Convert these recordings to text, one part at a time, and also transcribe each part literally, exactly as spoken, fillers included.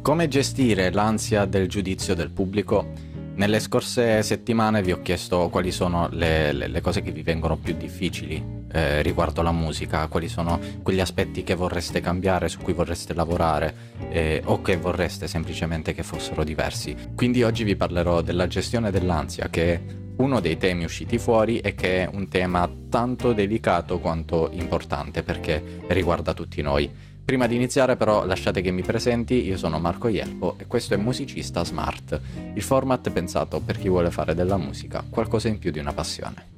Come gestire l'ansia del giudizio del pubblico? Nelle scorse settimane vi ho chiesto quali sono le, le, le cose che vi vengono più difficili eh, riguardo la musica, quali sono quegli aspetti che vorreste cambiare, su cui vorreste lavorare eh, o che vorreste semplicemente che fossero diversi. Quindi oggi vi parlerò della gestione dell'ansia, che è uno dei temi usciti fuori e che è un tema tanto delicato quanto importante perché riguarda tutti noi. Prima di iniziare però lasciate che mi presenti, io sono Marco Ielpo e questo è Musicista Smart, il format pensato per chi vuole fare della musica qualcosa in più di una passione.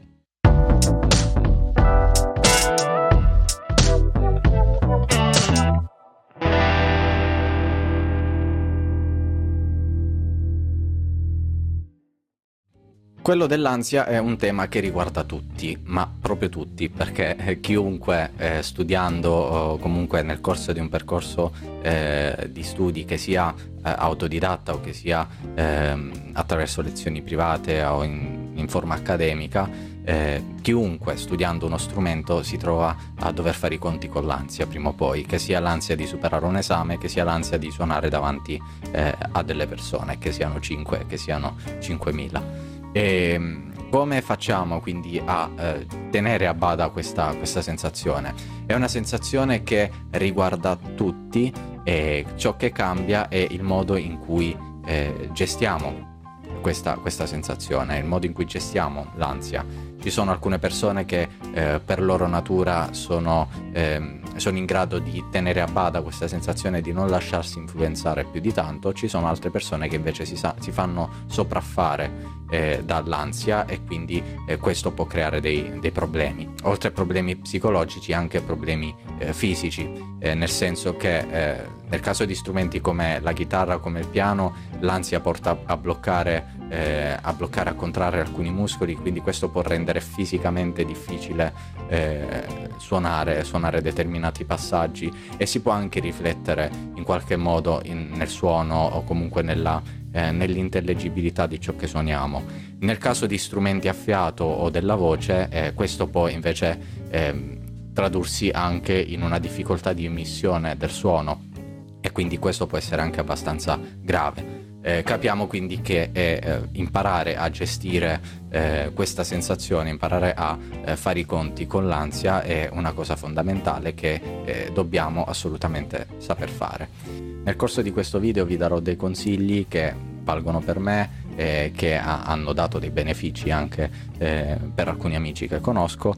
Quello dell'ansia è un tema che riguarda tutti, ma proprio tutti, perché chiunque eh, studiando o comunque nel corso di un percorso eh, di studi che sia eh, autodidatta o che sia eh, attraverso lezioni private o in, in forma accademica, eh, chiunque studiando uno strumento si trova a dover fare i conti con l'ansia prima o poi, che sia l'ansia di superare un esame, che sia l'ansia di suonare davanti eh, a delle persone, che siano cinque, che siano cinquemila. E come facciamo quindi a eh, tenere a bada questa, questa sensazione? È una sensazione che riguarda tutti e ciò che cambia è il modo in cui eh, gestiamo questa, questa sensazione, il modo in cui gestiamo l'ansia. Ci sono alcune persone che eh, per loro natura sono, eh, sono in grado di tenere a bada questa sensazione di non lasciarsi influenzare più di tanto, ci sono altre persone che invece si, sa- si fanno sopraffare eh, dall'ansia e quindi eh, questo può creare dei, dei problemi. Oltre a problemi psicologici anche problemi eh, fisici, eh, nel senso che eh, nel caso di strumenti come la chitarra, come il piano, l'ansia porta a bloccare, eh, a bloccare, a contrarre alcuni muscoli, quindi questo può rendere fisicamente difficile eh, suonare, suonare determinati passaggi e si può anche riflettere in qualche modo in, nel suono o comunque nella, eh, nell'intellegibilità di ciò che suoniamo. Nel caso di strumenti a fiato o della voce, eh, questo può invece eh, tradursi anche in una difficoltà di emissione del suono e quindi questo può essere anche abbastanza grave. Eh, capiamo quindi che eh, imparare a gestire eh, questa sensazione, imparare a eh, fare i conti con l'ansia è una cosa fondamentale che eh, dobbiamo assolutamente saper fare. Nel corso di questo video vi darò dei consigli che valgono per me e che ha, hanno dato dei benefici anche eh, per alcuni amici che conosco,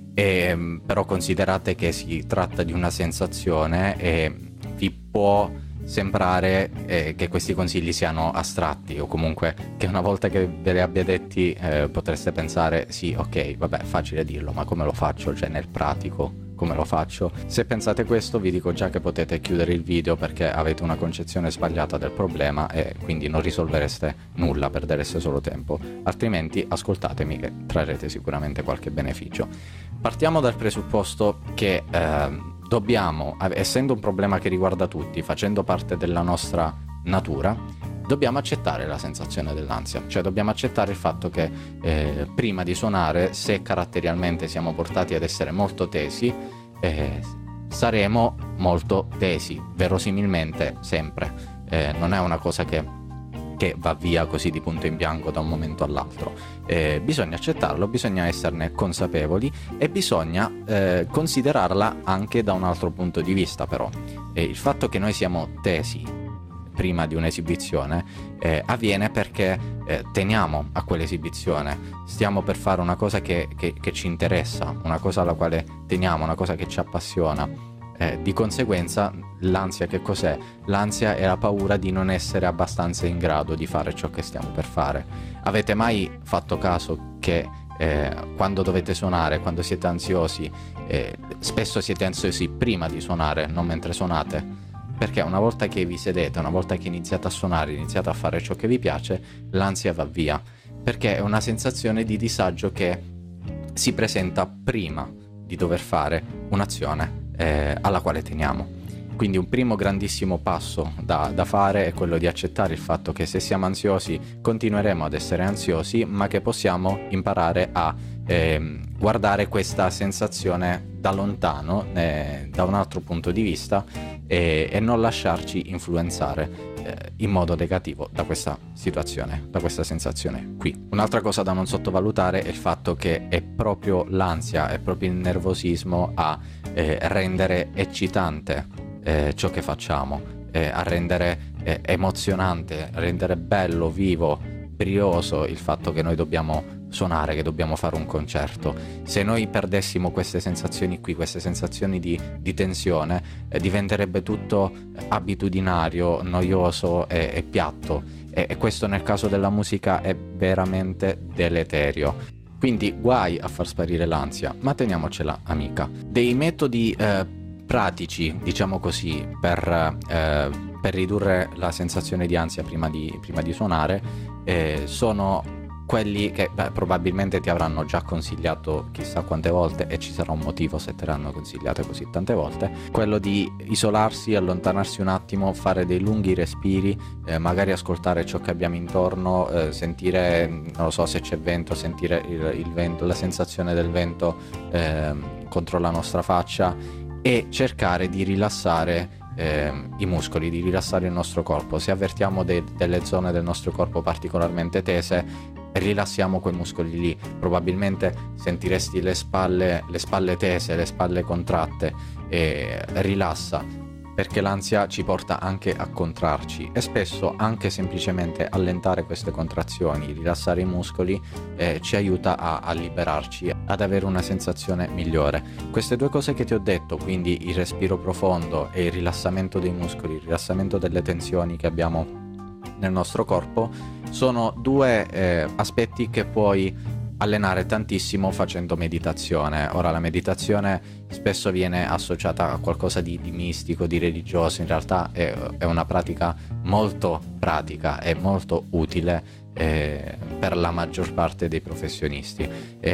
e, però considerate che si tratta di una sensazione e vi può sembrare eh, che questi consigli siano astratti o comunque che una volta che ve li abbia detti eh, potreste pensare sì, ok, vabbè, facile dirlo, ma come lo faccio? Cioè nel pratico come lo faccio? Se pensate questo vi dico già che potete chiudere il video perché avete una concezione sbagliata del problema e quindi non risolvereste nulla, perdereste solo tempo, altrimenti ascoltatemi che trarrete sicuramente qualche beneficio. Partiamo dal presupposto che eh, dobbiamo, essendo un problema che riguarda tutti, facendo parte della nostra natura, dobbiamo accettare la sensazione dell'ansia, cioè dobbiamo accettare il fatto che eh, prima di suonare, se caratterialmente siamo portati ad essere molto tesi, eh, saremo molto tesi, verosimilmente sempre. Eh, non è una cosa che che va via così di punto in bianco da un momento all'altro. Eh, bisogna accettarlo, bisogna esserne consapevoli e bisogna eh, considerarla anche da un altro punto di vista però. Eh, il fatto che noi siamo tesi prima di un'esibizione eh, avviene perché eh, teniamo a quell'esibizione, stiamo per fare una cosa che, che, che ci interessa, una cosa alla quale teniamo, una cosa che ci appassiona. Eh, di conseguenza l'ansia che cos'è? L'ansia è la paura di non essere abbastanza in grado di fare ciò che stiamo per fare. Avete mai fatto caso che eh, quando dovete suonare, quando siete ansiosi, eh, spesso siete ansiosi prima di suonare, non mentre suonate? Perché una volta che vi sedete, una volta che iniziate a suonare, iniziate a fare ciò che vi piace, l'ansia va via, perché è una sensazione di disagio che si presenta prima di dover fare un'azione Eh, alla quale teniamo. Quindi un primo grandissimo passo da, da fare è quello di accettare il fatto che se siamo ansiosi continueremo ad essere ansiosi, ma che possiamo imparare a eh, guardare questa sensazione da lontano, eh, da un altro punto di vista e, e non lasciarci influenzare eh, in modo negativo da questa situazione, da questa sensazione qui. Un'altra cosa da non sottovalutare è il fatto che è proprio l'ansia, è proprio il nervosismo a eh, rendere eccitante eh, ciò che facciamo, eh, a rendere eh, emozionante, a rendere bello, vivo, brioso il fatto che noi dobbiamo suonare, che dobbiamo fare un concerto. Se noi perdessimo queste sensazioni qui, queste sensazioni di, di tensione, eh, diventerebbe tutto abitudinario, noioso e, e piatto, e, e questo nel caso della musica è veramente deleterio. Quindi guai a far sparire l'ansia, ma teniamocela amica. Dei metodi eh, pratici, diciamo così, per, eh, per ridurre la sensazione di ansia prima di, prima di suonare eh, sono quelli che beh, probabilmente ti avranno già consigliato chissà quante volte, e ci sarà un motivo se te l'hanno consigliate così tante volte: quello di isolarsi, allontanarsi un attimo, fare dei lunghi respiri, eh, magari ascoltare ciò che abbiamo intorno, eh, sentire, non lo so, se c'è vento, sentire il, il vento, la sensazione del vento eh, contro la nostra faccia, e cercare di rilassare eh, i muscoli, di rilassare il nostro corpo. Se avvertiamo de- delle zone del nostro corpo particolarmente tese, rilassiamo quei muscoli lì. Probabilmente sentiresti le spalle, le spalle tese, le spalle contratte, e rilassa, perché l'ansia ci porta anche a contrarci, e spesso anche semplicemente allentare queste contrazioni, rilassare i muscoli eh, ci aiuta a, a liberarci, ad avere una sensazione migliore. Queste due cose che ti ho detto, quindi il respiro profondo e il rilassamento dei muscoli, il rilassamento delle tensioni che abbiamo nel nostro corpo, sono due eh, aspetti che puoi allenare tantissimo facendo meditazione. Ora, la meditazione spesso viene associata a qualcosa di, di mistico, di religioso. In realtà è, è una pratica molto pratica e molto utile eh, per la maggior parte dei professionisti,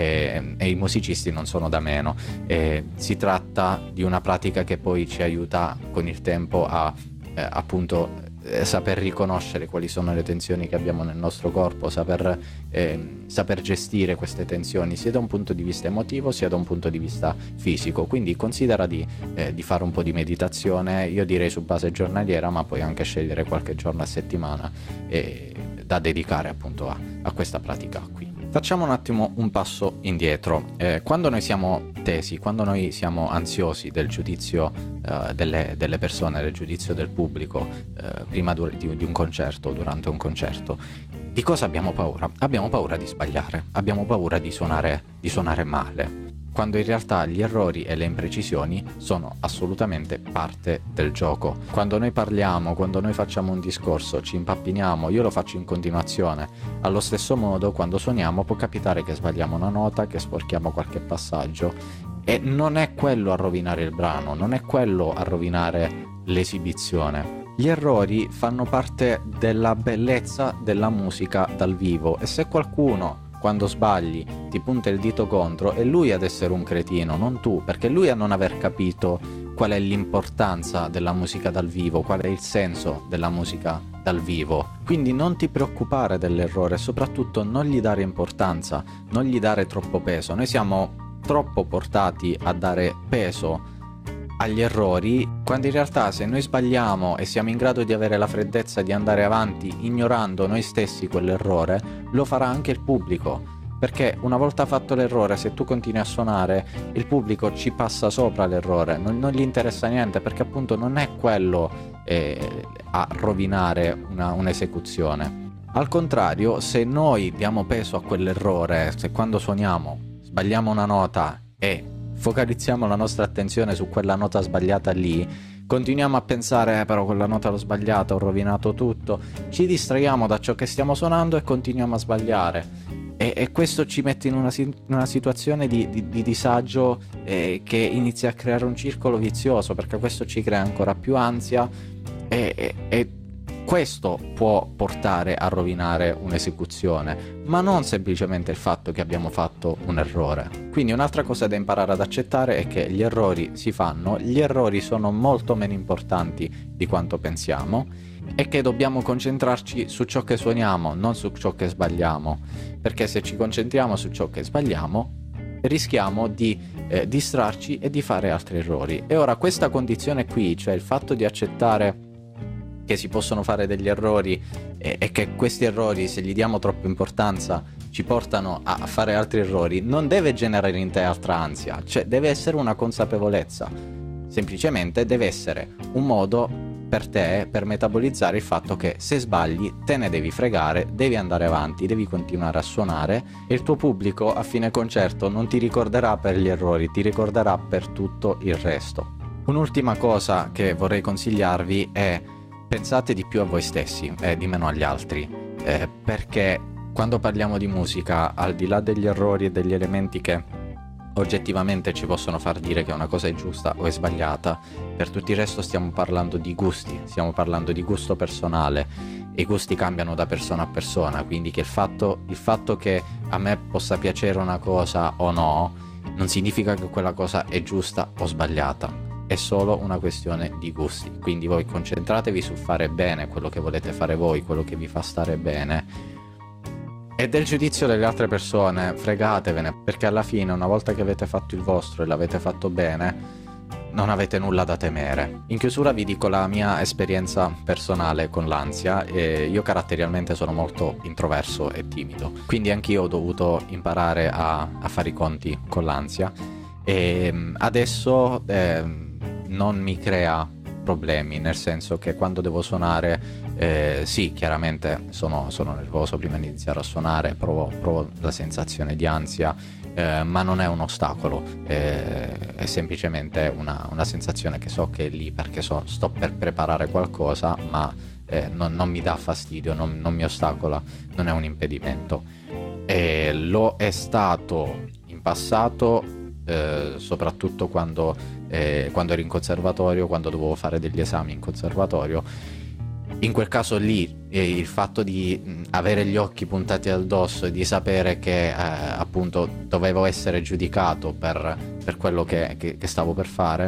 e, e i musicisti non sono da meno. E si tratta di una pratica che poi ci aiuta con il tempo a eh, appunto saper riconoscere quali sono le tensioni che abbiamo nel nostro corpo, saper, eh, saper gestire queste tensioni sia da un punto di vista emotivo sia da un punto di vista fisico. Quindi considera di, eh, di fare un po' di meditazione, io direi su base giornaliera, ma puoi anche scegliere qualche giorno a settimana eh, da dedicare appunto a, a questa pratica qui. Facciamo un attimo un passo indietro. Eh, quando noi siamo tesi, quando noi siamo ansiosi del giudizio eh, delle, delle persone, del giudizio del pubblico, eh, prima du- di, di un concerto o durante un concerto, di cosa abbiamo paura? Abbiamo paura di sbagliare, abbiamo paura di suonare, di suonare male, quando in realtà gli errori e le imprecisioni sono assolutamente parte del gioco. Quando noi parliamo, quando noi facciamo un discorso, ci impappiniamo, io lo faccio in continuazione. Allo stesso modo, quando suoniamo può capitare che sbagliamo una nota, che sporchiamo qualche passaggio, e non è quello a rovinare il brano, non è quello a rovinare l'esibizione. Gli errori fanno parte della bellezza della musica dal vivo, e se qualcuno quando sbagli ti punta il dito contro, è lui ad essere un cretino, non tu, perché lui a non aver capito qual è l'importanza della musica dal vivo, qual è il senso della musica dal vivo. Quindi non ti preoccupare dell'errore, soprattutto non gli dare importanza, non gli dare troppo peso. Noi siamo troppo portati a dare peso agli errori, quando in realtà se noi sbagliamo e siamo in grado di avere la freddezza di andare avanti ignorando noi stessi quell'errore, lo farà anche il pubblico, perché una volta fatto l'errore, se tu continui a suonare, il pubblico ci passa sopra l'errore, non, non gli interessa niente, perché appunto non è quello eh, a rovinare una, un'esecuzione. Al contrario, se noi diamo peso a quell'errore, se quando suoniamo sbagliamo una nota e focalizziamo la nostra attenzione su quella nota sbagliata lì, continuiamo a pensare eh, però quella nota l'ho sbagliata, ho rovinato tutto, ci distraiamo da ciò che stiamo suonando e continuiamo a sbagliare, e, e questo ci mette in una, in una situazione di, di, di disagio eh, che inizia a creare un circolo vizioso, perché questo ci crea ancora più ansia, e, e, e questo può portare a rovinare un'esecuzione, ma non semplicemente il fatto che abbiamo fatto un errore. Quindi un'altra cosa da imparare ad accettare è che gli errori si fanno, gli errori sono molto meno importanti di quanto pensiamo, e che dobbiamo concentrarci su ciò che suoniamo, non su ciò che sbagliamo, perché se ci concentriamo su ciò che sbagliamo rischiamo di eh, distrarci e di fare altri errori. E ora questa condizione qui, cioè il fatto di accettare che si possono fare degli errori e, e che questi errori, se gli diamo troppa importanza, ci portano a, a fare altri errori, non deve generare in te altra ansia, cioè deve essere una consapevolezza, semplicemente deve essere un modo per te per metabolizzare il fatto che se sbagli te ne devi fregare, devi andare avanti, devi continuare a suonare e il tuo pubblico a fine concerto non ti ricorderà per gli errori, ti ricorderà per tutto il resto. Un'ultima cosa che vorrei consigliarvi è: pensate di più a voi stessi e di meno agli altri, eh, perché quando parliamo di musica, al di là degli errori e degli elementi che oggettivamente ci possono far dire che una cosa è giusta o è sbagliata, per tutto il resto stiamo parlando di gusti, stiamo parlando di gusto personale e i gusti cambiano da persona a persona, quindi che il fatto, il fatto che a me possa piacere una cosa o no non significa che quella cosa è giusta o sbagliata. È solo una questione di gusti, quindi voi concentratevi sul fare bene quello che volete fare voi, quello che vi fa stare bene, e del giudizio delle altre persone fregatevene, perché alla fine, una volta che avete fatto il vostro e l'avete fatto bene, non avete nulla da temere. In chiusura vi dico la mia esperienza personale con l'ansia. E io caratterialmente sono molto introverso e timido, quindi anch'io ho dovuto imparare a, a fare i conti con l'ansia e adesso eh, non mi crea problemi, nel senso che quando devo suonare, eh, sì, chiaramente sono, sono nervoso prima di iniziare a suonare, provo, provo la sensazione di ansia, eh, ma non è un ostacolo, eh, è semplicemente una, una sensazione che so che è lì perché so, sto per preparare qualcosa, ma eh, non, non mi dà fastidio, non, non mi ostacola, non è un impedimento. E lo è stato in passato, eh, soprattutto quando, eh, quando ero in conservatorio, quando dovevo fare degli esami in conservatorio. In quel caso lì eh, il fatto di mh, avere gli occhi puntati addosso e di sapere che eh, appunto dovevo essere giudicato per, per quello che, che, che stavo per fare,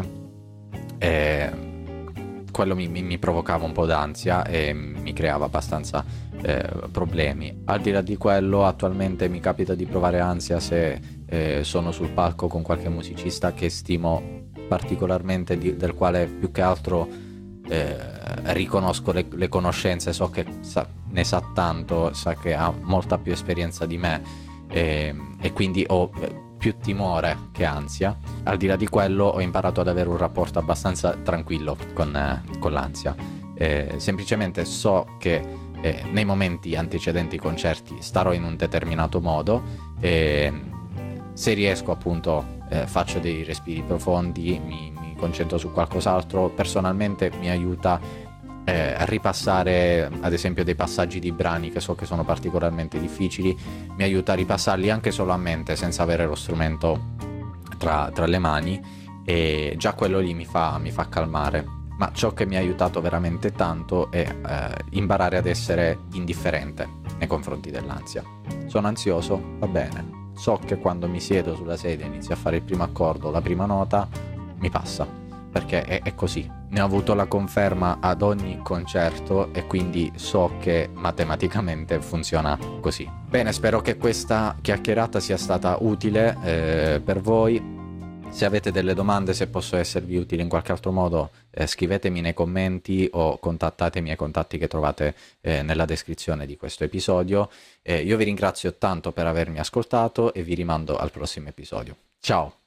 eh, quello mi, mi, mi provocava un po' d'ansia e mi creava abbastanza eh, problemi. Al di là di quello, attualmente mi capita di provare ansia se eh, sono sul palco con qualche musicista che stimo particolarmente, di, del quale più che altro eh, riconosco le, le conoscenze, so che sa, ne sa tanto, sa che ha molta più esperienza di me e, e quindi ho più timore che ansia. Al di là di quello ho imparato ad avere un rapporto abbastanza tranquillo con, eh, con l'ansia, eh, semplicemente so che eh, nei momenti antecedenti ai concerti starò in un determinato modo e se riesco appunto eh, faccio dei respiri profondi, mi, mi concentro su qualcos'altro. Personalmente mi aiuta eh, a ripassare ad esempio dei passaggi di brani che so che sono particolarmente difficili, mi aiuta a ripassarli anche solo a mente senza avere lo strumento tra, tra le mani, e già quello lì mi fa, mi fa calmare. Ma ciò che mi ha aiutato veramente tanto è eh, imparare ad essere indifferente nei confronti dell'ansia. Sono ansioso? Va bene. So che quando mi siedo sulla sedia e inizio a fare il primo accordo, la prima nota, mi passa, perché è, è così. Ne ho avuto la conferma ad ogni concerto e quindi so che matematicamente funziona così. Bene, spero che questa chiacchierata sia stata utile eh, per voi. Se avete delle domande, se posso esservi utile in qualche altro modo, eh, scrivetemi nei commenti o contattatemi ai contatti che trovate eh, nella descrizione di questo episodio. Eh, io vi ringrazio tanto per avermi ascoltato e vi rimando al prossimo episodio. Ciao!